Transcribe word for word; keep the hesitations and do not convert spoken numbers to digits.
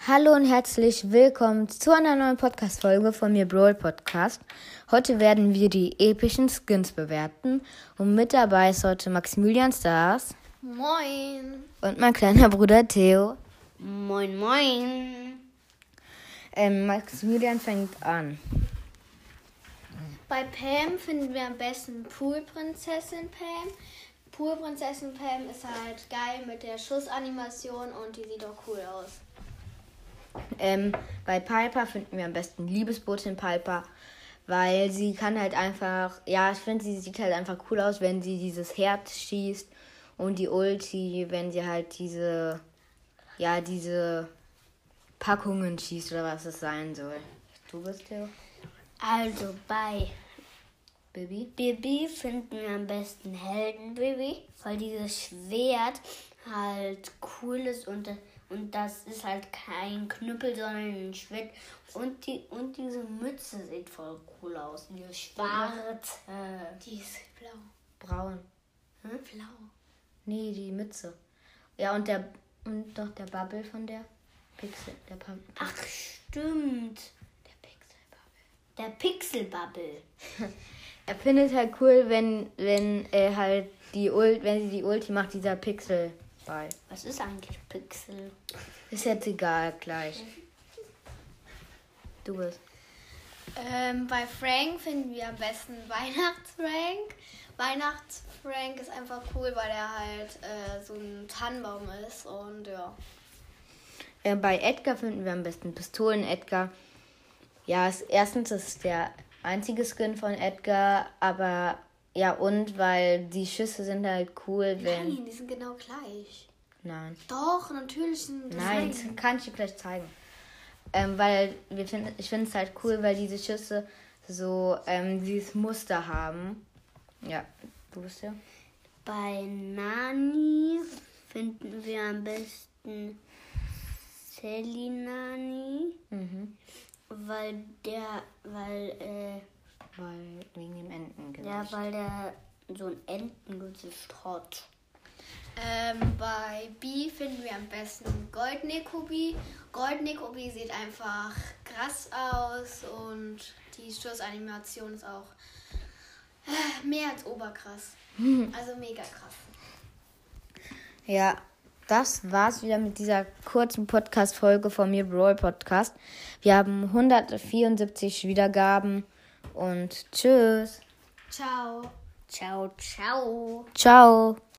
Hallo und herzlich willkommen zu einer neuen Podcast-Folge von mir, Brawl Podcast. Heute werden wir die epischen Skins bewerten und mit dabei ist heute Maximilian Stars. Moin. Und mein kleiner Bruder Theo. Moin, moin. Ähm, Maximilian fängt an. Bei Pam finden wir am besten Poolprinzessin Pam. Poolprinzessin Pam ist halt geil mit der Schussanimation und die sieht auch cool aus. Ähm, bei Piper finden wir am besten Liebesbotin Piper, weil sie kann halt einfach, ja, ich finde, sie sieht halt einfach cool aus, wenn sie dieses Herz schießt und die Ulti, wenn sie halt diese, ja, diese Packungen schießt oder was es sein soll. Du bist Theo? Also bei Bibi? Bibi finden wir am besten Heldenbibi, weil dieses Schwert halt cool ist und, und das ist halt kein Knüppel, sondern ein Schwert. Und, die, und diese Mütze sieht voll cool aus. Diese schwarze. Die ist blau. Braun. Hm? Blau. Nee, die Mütze. Ja, und der, und doch der Bubble von der Pixel. Der pa- Ach, stimmt. Der Pixelbubble. Er findet halt cool, wenn, wenn er halt die Ult, wenn sie die Ulti macht, dieser Pixel bei. Was ist eigentlich Pixel? Ist jetzt egal, gleich. Du bist. Ähm, bei Frank finden wir am besten Weihnachtsfrank. Weihnachtsfrank ist einfach cool, weil er halt äh, so ein Tannenbaum ist und ja. Äh, bei Edgar finden wir am besten Pistolen Edgar. Ja, es, erstens ist es der einzige Skin von Edgar, aber ja, und weil die Schüsse sind halt cool, wenn... Nein, die sind genau gleich. Nein. Doch, natürlich sind Nein, das kann ich dir gleich zeigen. Ähm, weil wir find, ich finde es halt cool, weil diese Schüsse so ähm, dieses Muster haben. Ja, du bist ja. Bei Nani finden wir am besten Sally Nani, Mhm. weil der, weil, äh, Weil wegen dem Enten. ja, weil der so ein Entengesicht hat. Ähm, bei B finden wir am besten Goldnikobi. Goldnikobi sieht einfach krass aus und die Schussanimation ist auch äh, mehr als oberkrass. Also mega krass. Ja, das war's wieder mit dieser kurzen Podcast-Folge von mir, Brawl Podcast. Wir haben hundertvierundsiebzig Wiedergaben und tschüss. Ciao. Ciao, ciao. Ciao.